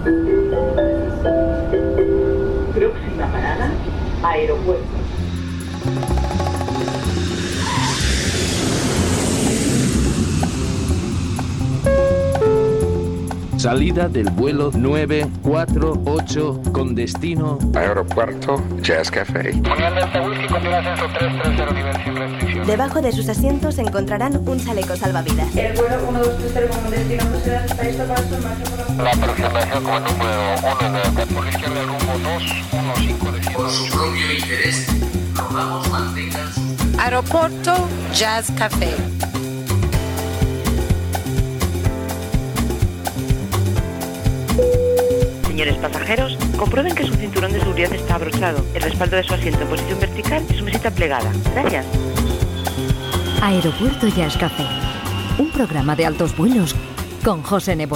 Próxima parada, aeropuerto. Salida del vuelo 948 con destino Aeropuerto Jazz Café. Debajo de sus asientos encontrarán un chaleco salvavidas. El vuelo 1230 con destino Bruselas está listo para su marcha por la... La aproximación como número 1 por la izquierda, el rumbo 215 de Por su propio interés, rogamos mantengan su... Aeropuerto Jazz Café. Señores pasajeros, comprueben que su cinturón de seguridad está abrochado, el respaldo de su asiento en posición vertical y su mesita plegada. Gracias. Aeropuerto Jazz Café, un programa de altos vuelos con José Nebot.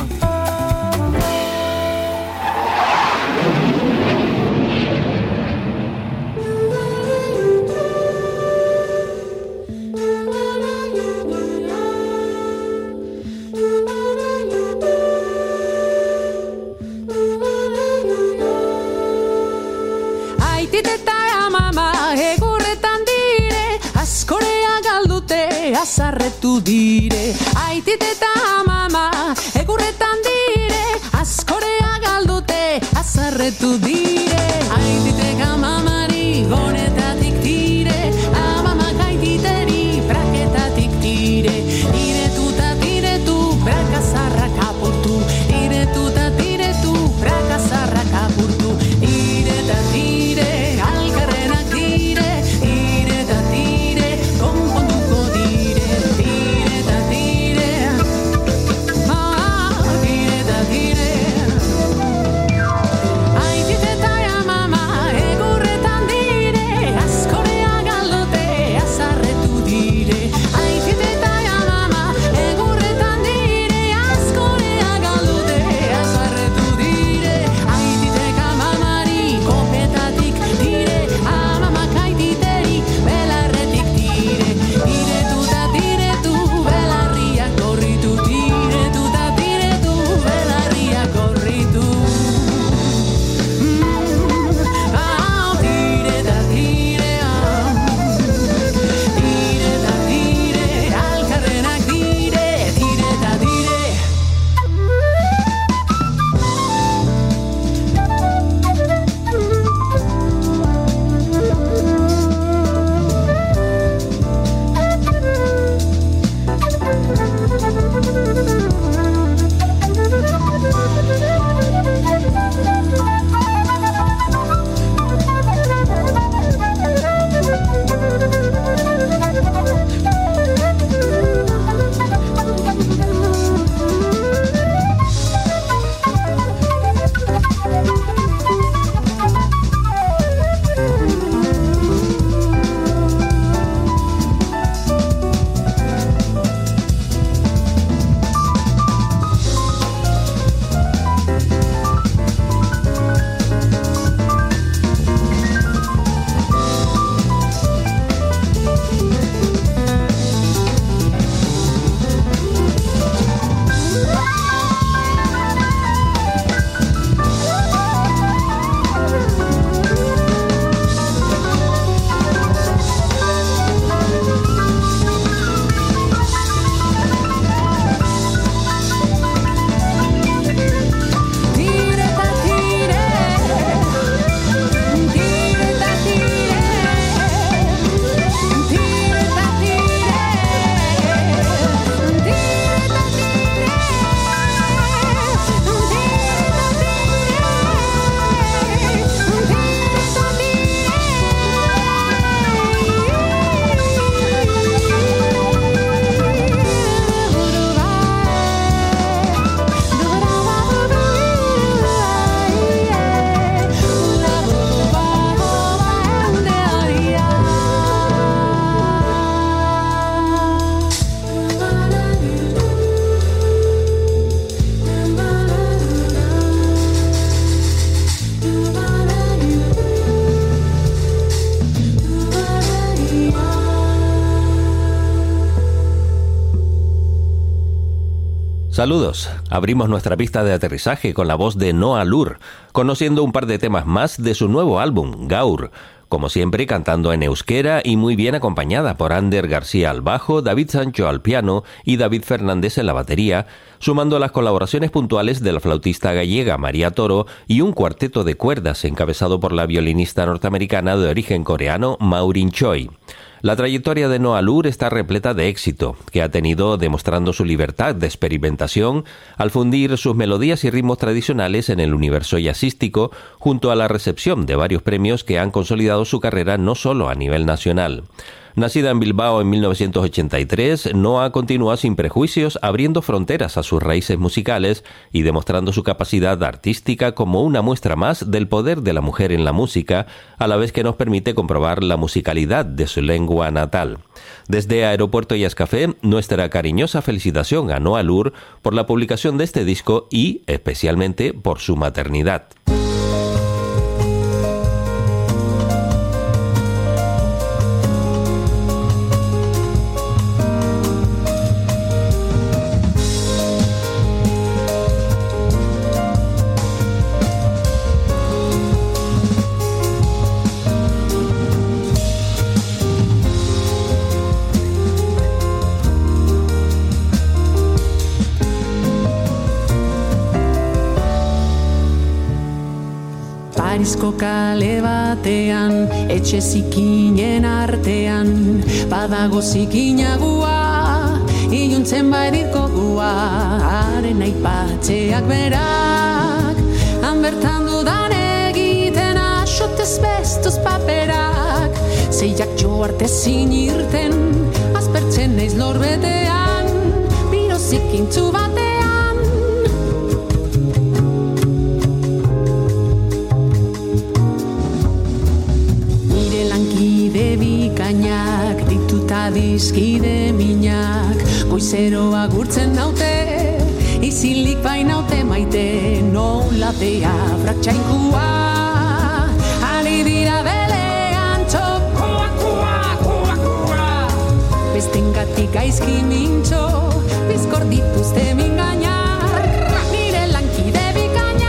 Azarretu dire, aititeta mama, egurretan dire, askorea galdute, azarretu dire, aititeka mamari, gonetatik tire, amamak aititeri, praketatik tire, tiretu, prakazarrak apurtu, tiretu, prakazarrak apurtu, tire, alkarrenak tire, tire, konponduko dire. Aitite Saludos. Abrimos nuestra pista de aterrizaje con la voz de Noa Lur, conociendo un par de temas más de su nuevo álbum, Gaur. Como siempre, cantando en euskera y muy bien acompañada por Ander García al bajo, David Sancho al piano y David Fernández en la batería, sumando las colaboraciones puntuales de la flautista gallega María Toro y un cuarteto de cuerdas encabezado por la violinista norteamericana de origen coreano Maureen Choi. La trayectoria de Noa Lur está repleta de éxito, que ha tenido demostrando su libertad de experimentación al fundir sus melodías y ritmos tradicionales en el universo jazzístico, junto a la recepción de varios premios que han consolidado su carrera no solo a nivel nacional. Nacida en Bilbao en 1983, Noa continúa sin prejuicios, abriendo fronteras a sus raíces musicales y demostrando su capacidad artística como una muestra más del poder de la mujer en la música, a la vez que nos permite comprobar la musicalidad de su lengua natal. Desde Aeropuerto Jazz Café, nuestra cariñosa felicitación a Noa Lur por la publicación de este disco y, especialmente, por su maternidad. Parizko kale batean, etxe zikinen artean, badago zikinagua, iluntzen baidirko gua, haren aipatzeak berak, han bertan dudan egiten asotez bestuz paperak, zeiak jo arte zinirten, azpertzen naiz lorbetean, birozik intzu batean. Bikainak dituta dizkide minak, goizero agurtzen naute, izilik bainaute maite, noladea fratxainkua, ari dira belean txokua, kua, kua, kua. Bestengatik gaizki mintxo, bizkor dituzte mingainak, nire lankide bikainak.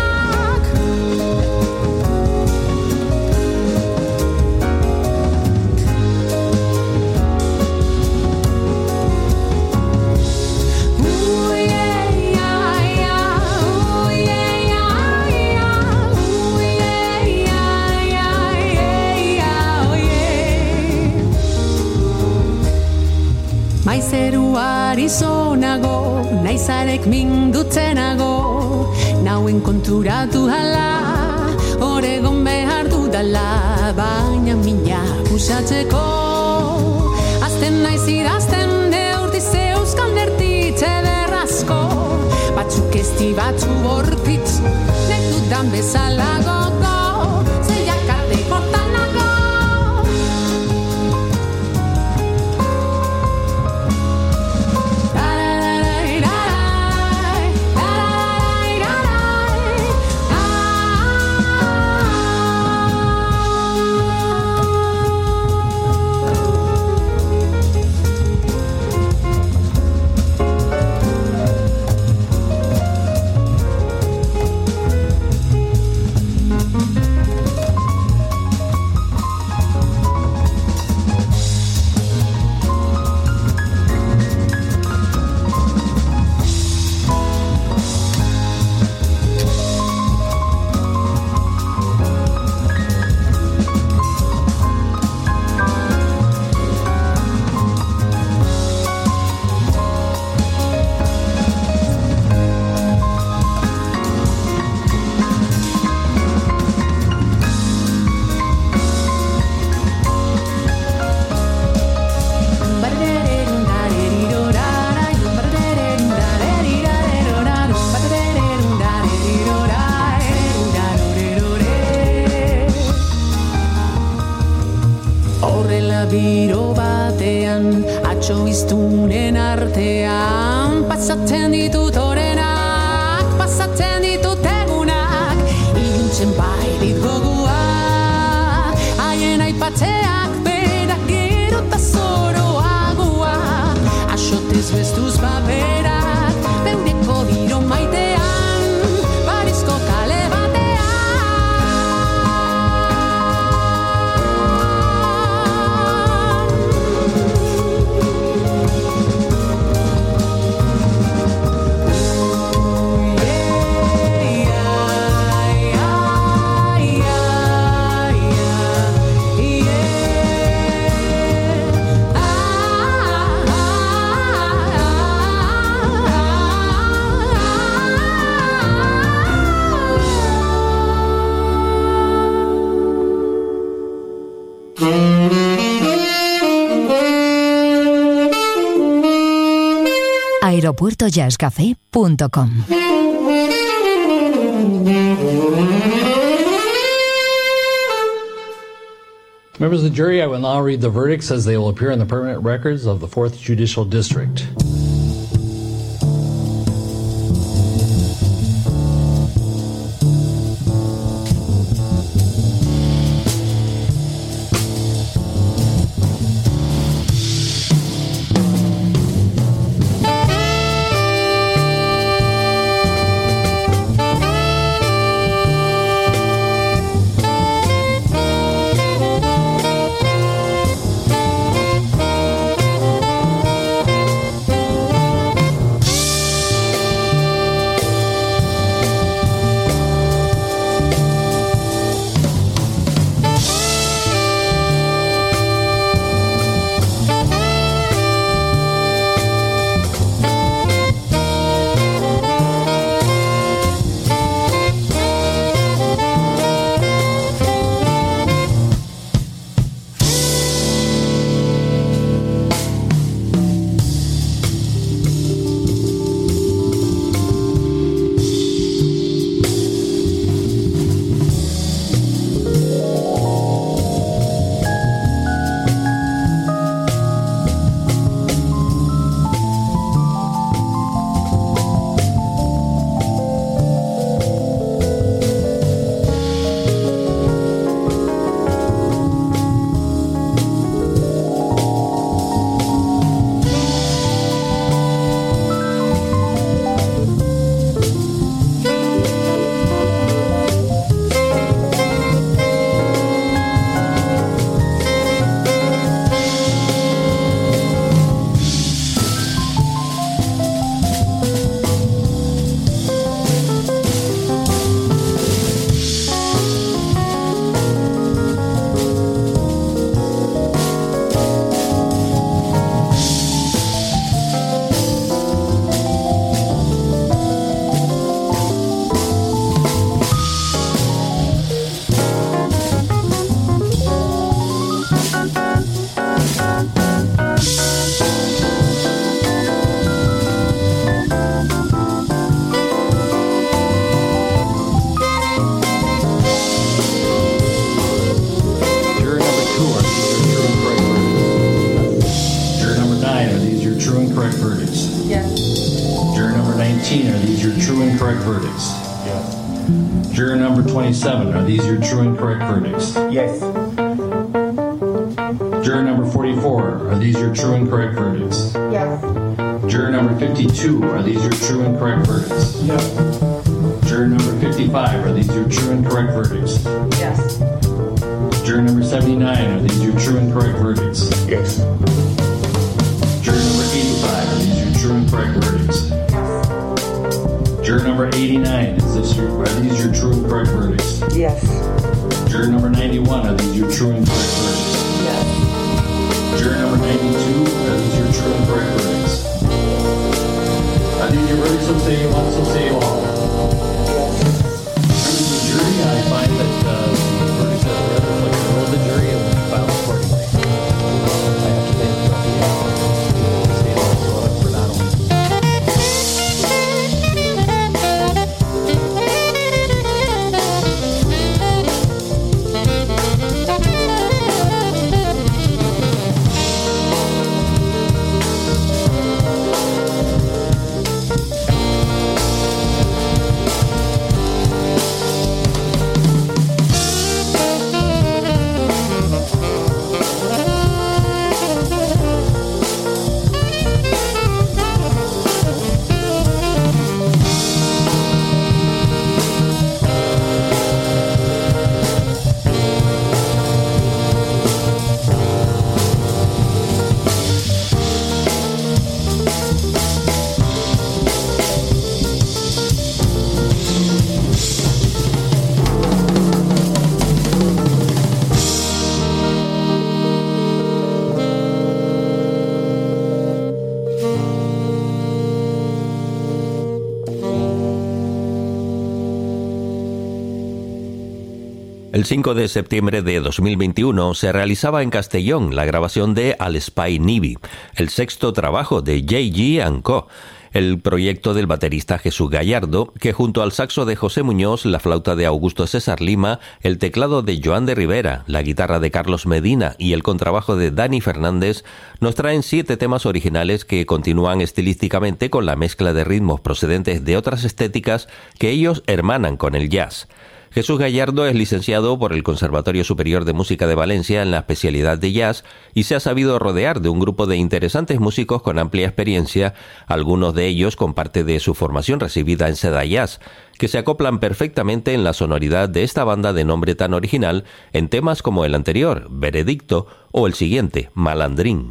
Maizeruari zonago, naizarek mindutzenago, nauen konturatu hala, oregon behar dudala, baina mina usatzeko. Azten naiz idazten neurtiz euskal nertitze derrazko, batzuk ezti batzu bortitz, nek dudan bezalago go, zeiak arte kortanago. aeropuertojazzcafé.com. Members of the jury, I will now read the verdicts as they will appear in the permanent records of the 4th Judicial District. Verdicts? Yes. Juror number 27, are these your true and correct verdicts? Yes. Juror number 44, are these your true and correct verdicts? Yes. Juror number 52, are these your true and correct verdicts? Yes. Juror number 55, are these your true and correct verdicts? Yes. Juror number 79, are these your true and correct verdicts? Yes. Juror number 85, are these your true and correct verdicts? Juror number 89, are these your true and correct verdicts? Yes. Juror number 91, are these your true and correct verdicts? Yes. Juror number 92, are these your true and correct verdicts? Are these your verdicts, so say you want, so say you all? Yes. Members of the jury, I find that the verdicts that are read reflect the role of the jury and will be filed accordingly. I have to thank the state of Minnesota for not only El 5 de septiembre de 2021 se realizaba en Castellón la grabación de Al Spy Nibi, el sexto trabajo de J.G. & Co. el proyecto del baterista Jesús Gallardo, que junto al saxo de José Muñoz, la flauta de Augusto César Lima, el teclado de Joan de Rivera, la guitarra de Carlos Medina y el contrabajo de Dani Fernández, nos traen 7 temas originales que continúan estilísticamente con la mezcla de ritmos procedentes de otras estéticas que ellos hermanan con el jazz. Jesús Gallardo es licenciado por el Conservatorio Superior de Música de Valencia en la especialidad de jazz y se ha sabido rodear de un grupo de interesantes músicos con amplia experiencia, algunos de ellos con parte de su formación recibida en Seda Jazz, que se acoplan perfectamente en la sonoridad de esta banda de nombre tan original en temas como el anterior, Veredicto, o el siguiente, Malandrín.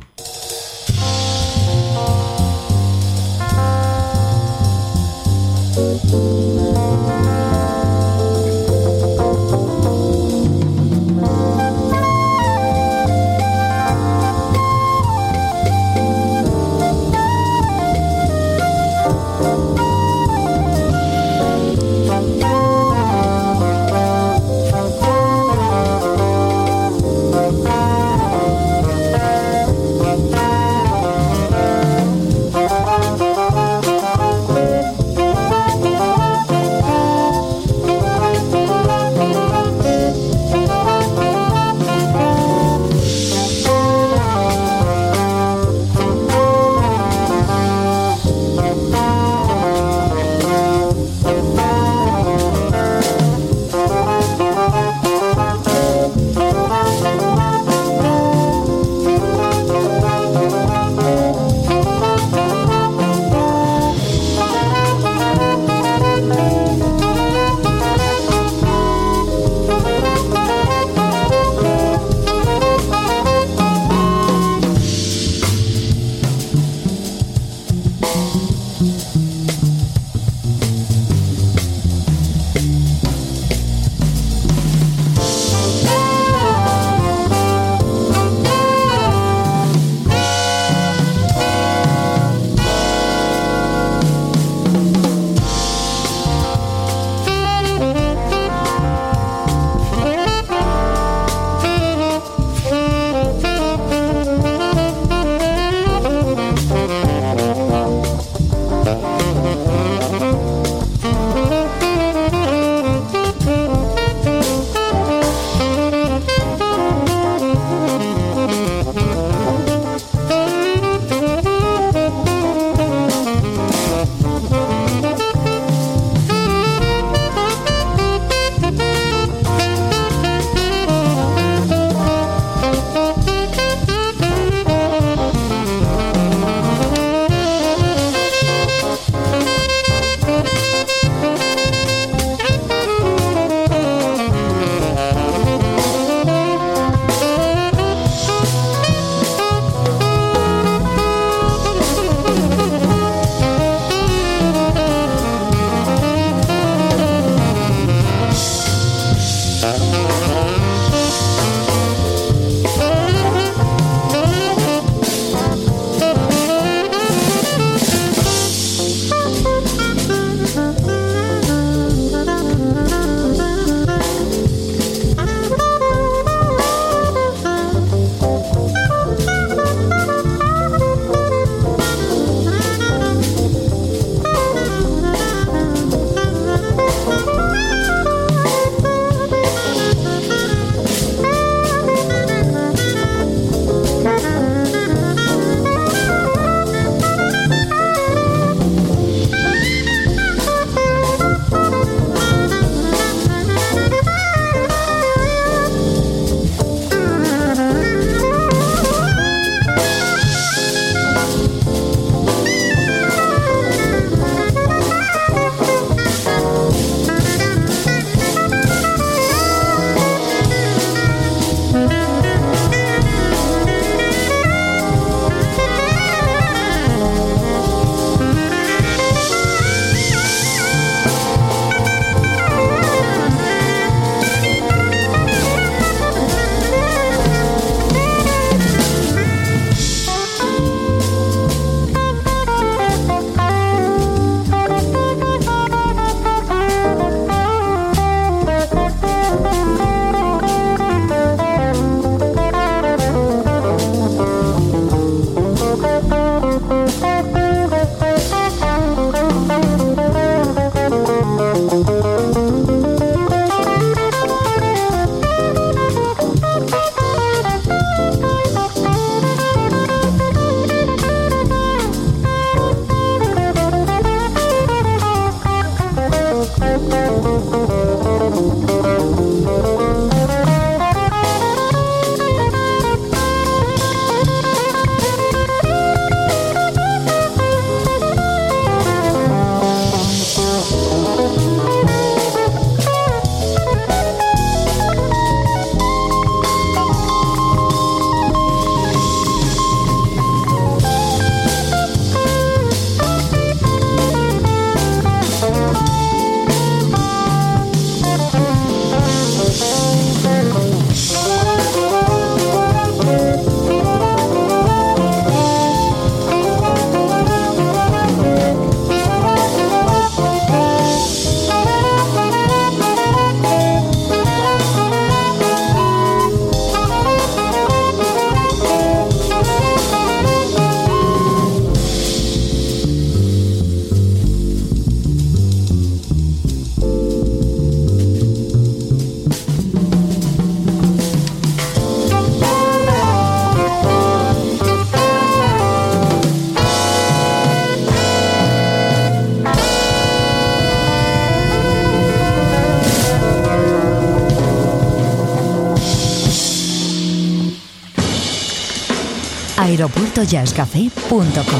aeropuertojazzcafé.com.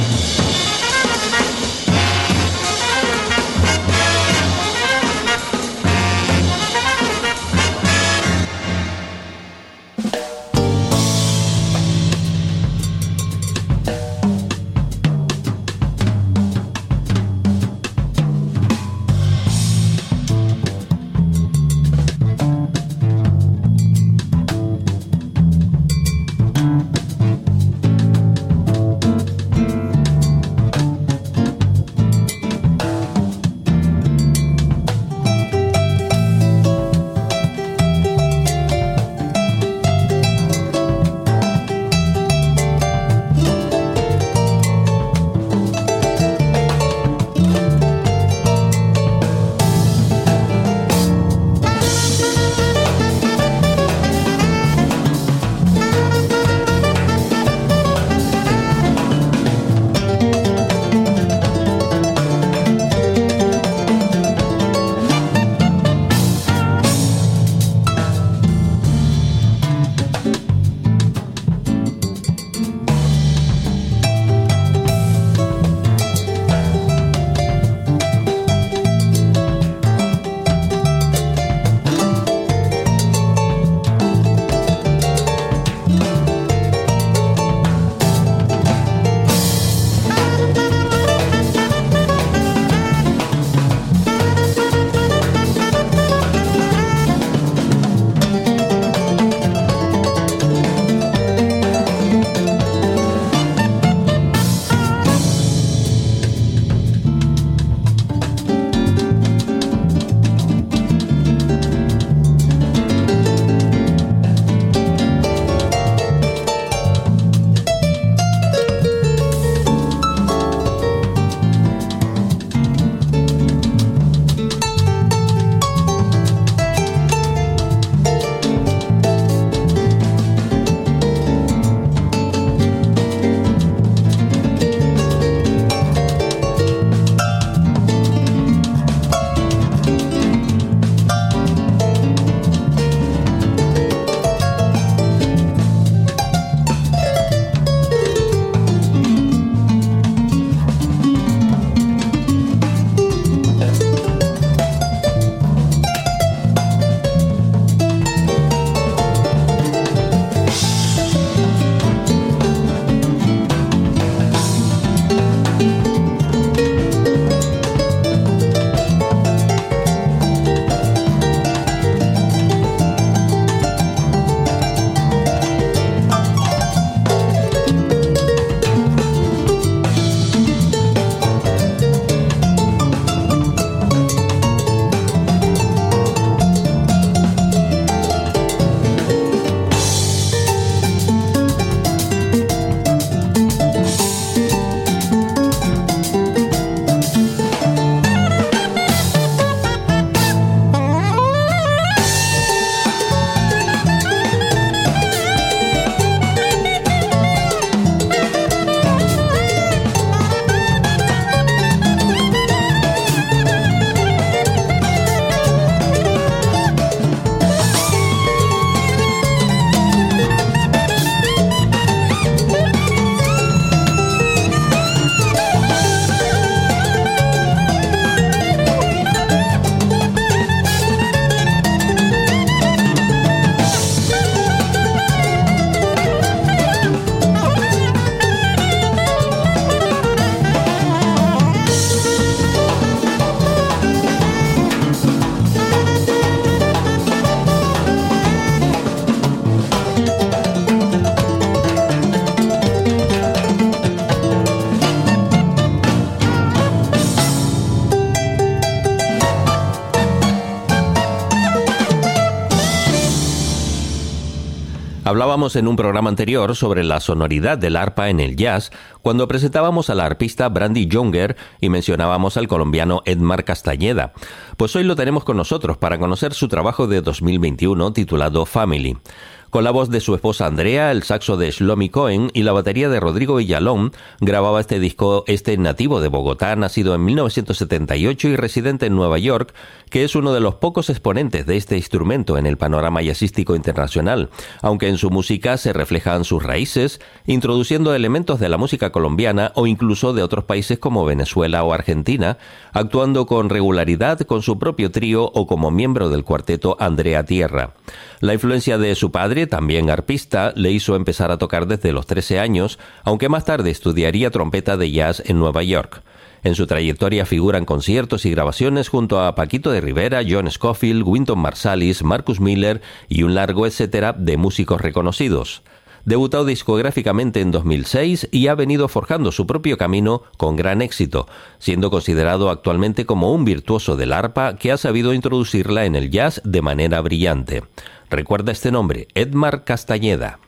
Hablábamos en un programa anterior sobre la sonoridad del arpa en el jazz cuando presentábamos a la arpista Brandy Younger y mencionábamos al colombiano Edmar Castañeda. Pues hoy lo tenemos con nosotros para conocer su trabajo de 2021 titulado Family. Con la voz de su esposa Andrea, el saxo de Shlomi Cohen y la batería de Rodrigo Villalón, grababa este disco este nativo de Bogotá, nacido en 1978 y residente en Nueva York, que es uno de los pocos exponentes de este instrumento en el panorama jazzístico internacional, aunque en su música se reflejan sus raíces, introduciendo elementos de la música colombiana o incluso de otros países como Venezuela o Argentina, actuando con regularidad con su propio trío o como miembro del cuarteto Andrea Tierra. La influencia de su padre, también arpista, le hizo empezar a tocar desde los 13 años, aunque más tarde estudiaría trompeta de jazz en Nueva York. En su trayectoria figuran conciertos y grabaciones junto a Paquito de Rivera, John Scofield, Wynton Marsalis, Marcus Miller y un largo etcétera de músicos reconocidos. Debutó discográficamente en 2006 y ha venido forjando su propio camino con gran éxito, siendo considerado actualmente como un virtuoso del arpa que ha sabido introducirla en el jazz de manera brillante. Recuerda este nombre, Edmar Castañeda.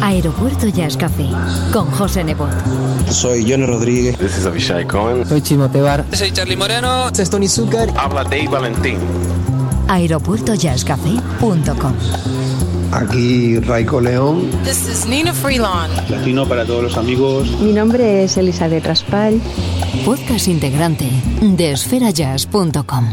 Aeropuerto Jazz Café con José Nebot. Soy Johnny Rodríguez. This is Avishai Cohen. Soy Chimo Tebar. Soy Charlie Moreno. Este es Tony Zucker. Habla Dave Valentín. aeropuertojazzcafé.com. Aquí Raico León. This is Nina Freelon. Latino para todos los amigos. Mi nombre es Elizabeth Raspal. Podcast integrante de esferajazz.com.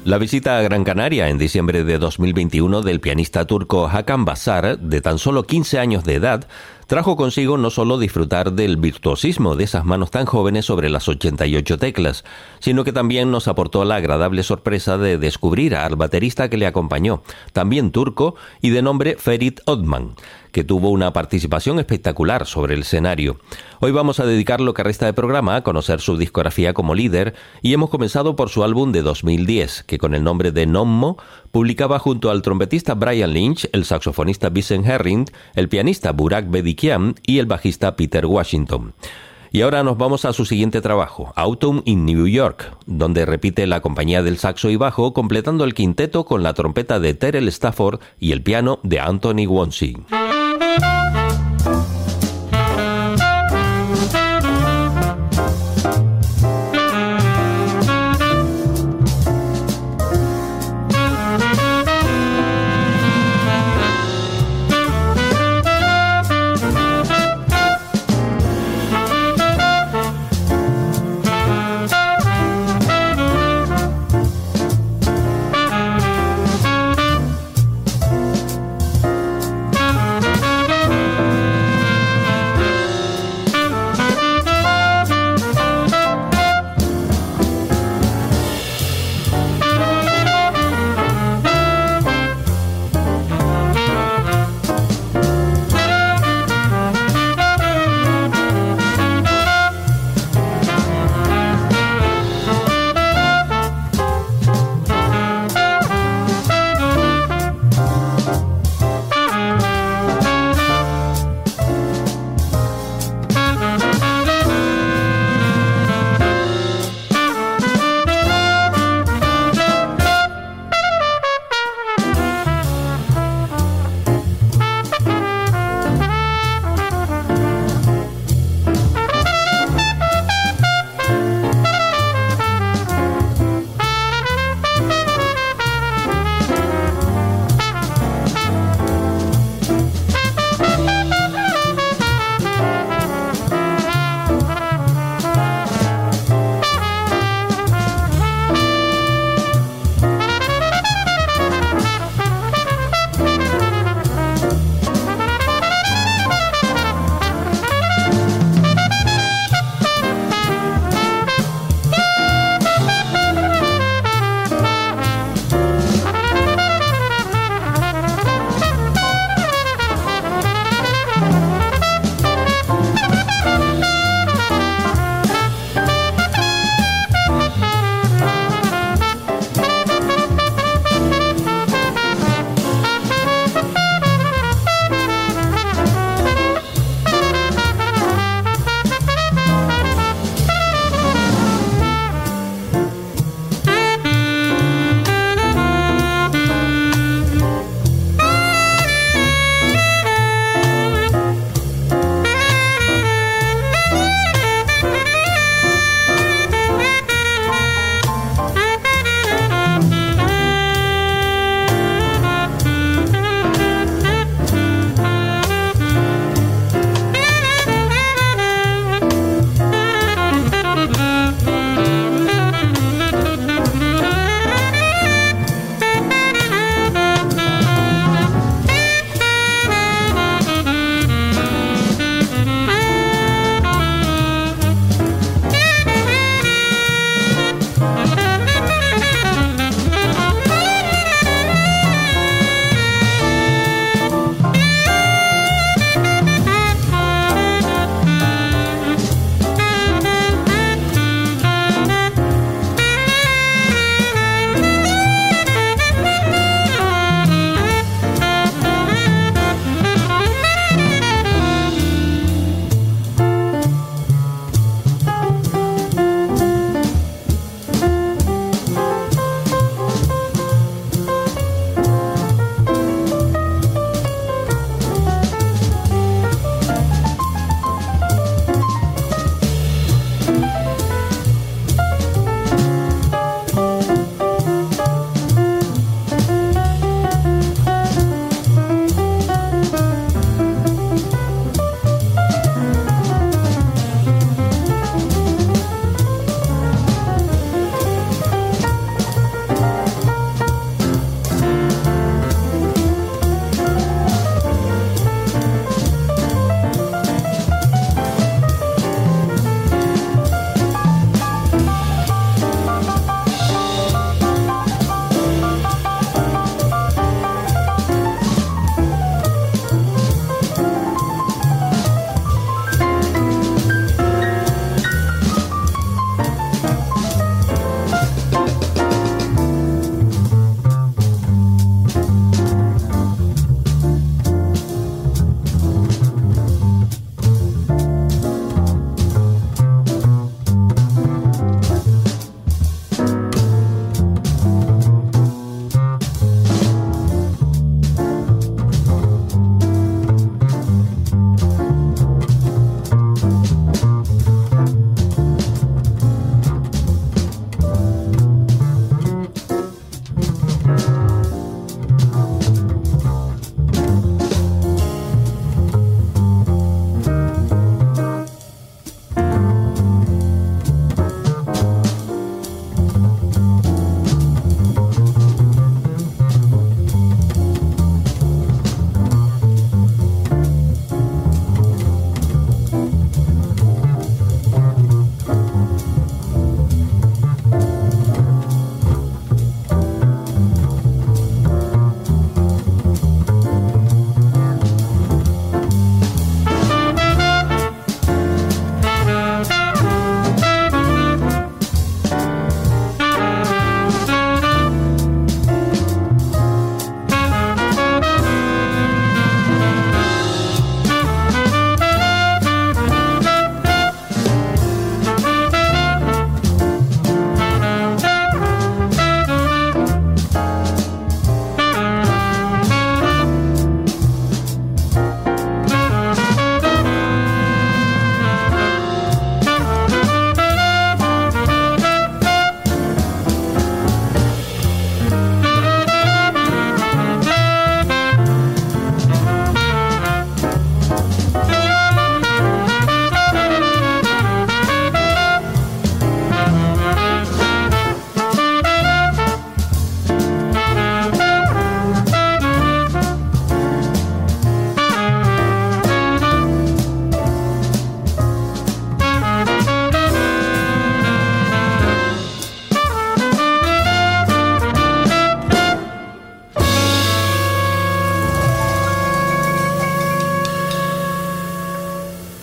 La visita a Gran Canaria en diciembre de 2021 del pianista turco Hakan Basar, de tan solo 15 años de edad, trajo consigo no solo disfrutar del virtuosismo de esas manos tan jóvenes sobre las 88 teclas, sino que también nos aportó la agradable sorpresa de descubrir al baterista que le acompañó, también turco y de nombre Ferit Otman, que tuvo una participación espectacular sobre el escenario. Hoy vamos a dedicar lo que resta de programa a conocer su discografía como líder y hemos comenzado por su álbum de 2010, que con el nombre de Nommo publicaba junto al trompetista Brian Lynch, el saxofonista Vincent Herring, el pianista Burak Bedikian y el bajista Peter Washington. Y ahora nos vamos a su siguiente trabajo, Autumn in New York, donde repite la compañía del saxo y bajo, completando el quinteto con la trompeta de Terrell Stafford y el piano de Anthony Wonsey.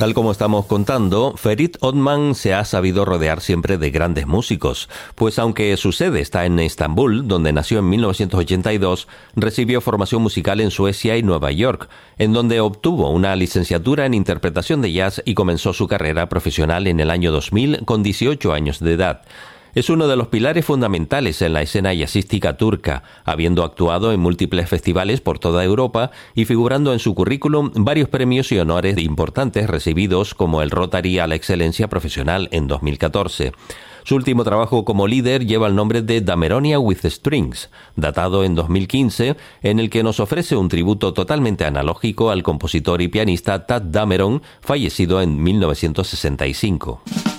Tal como estamos contando, Ferit Otman se ha sabido rodear siempre de grandes músicos, pues aunque su sede está en Estambul, donde nació en 1982, recibió formación musical en Suecia y Nueva York, en donde obtuvo una licenciatura en interpretación de jazz y comenzó su carrera profesional en el año 2000 con 18 años de edad. Es uno de los pilares fundamentales en la escena jazzística turca, habiendo actuado en múltiples festivales por toda Europa y figurando en su currículum varios premios y honores importantes recibidos, como el Rotary a la Excelencia Profesional en 2014. Su último trabajo como líder lleva el nombre de Dameronia with Strings, datado en 2015, en el que nos ofrece un tributo totalmente analógico al compositor y pianista Tadd Dameron, fallecido en 1965.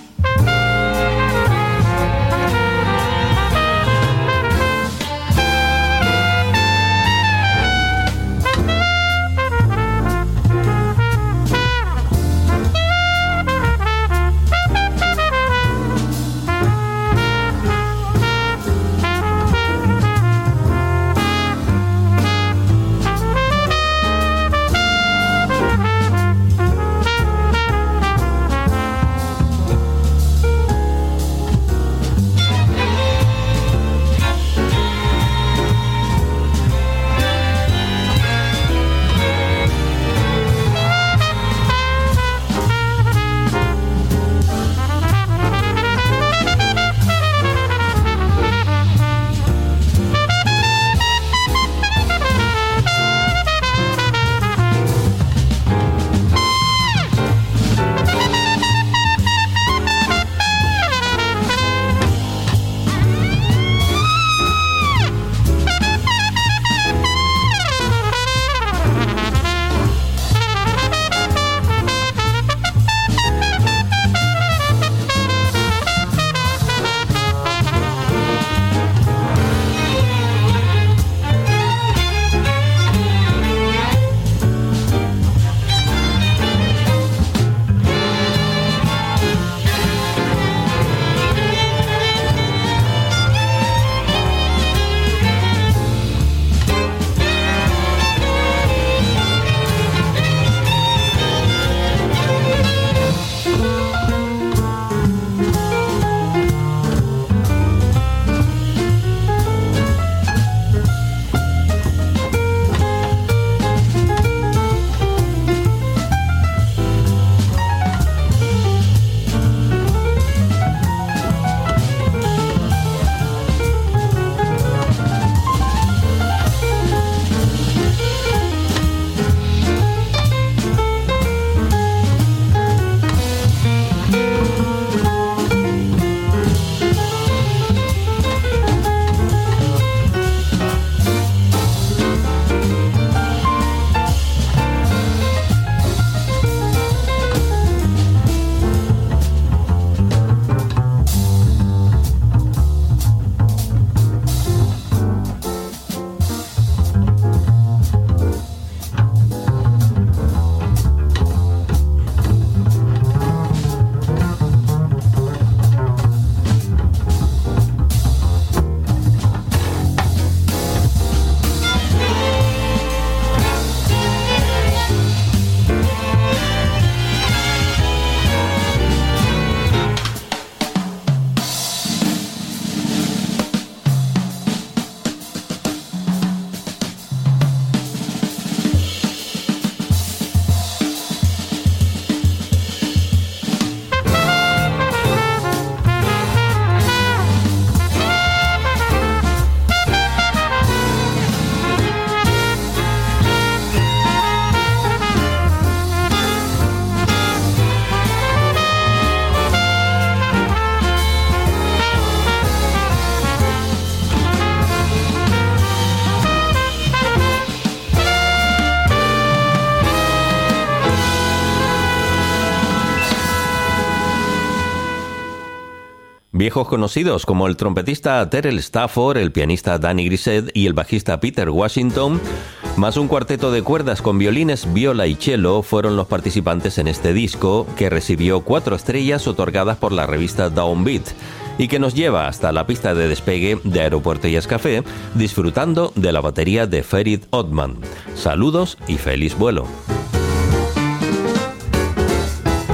Viejos conocidos como el trompetista Terrell Stafford, el pianista Danny Grisette y el bajista Peter Washington, más un cuarteto de cuerdas con violines, viola y cello, fueron los participantes en este disco, que recibió 4 estrellas otorgadas por la revista Downbeat y que nos lleva hasta la pista de despegue de Aeropuerto Jazz Café, disfrutando de la batería de Ferit Otman. Saludos y feliz vuelo.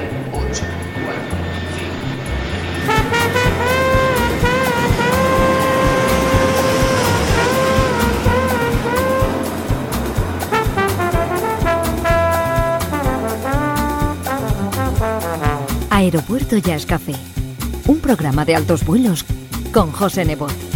8, 4, 5. Aeropuerto Jazz Café, un programa de altos vuelos con José Nebot.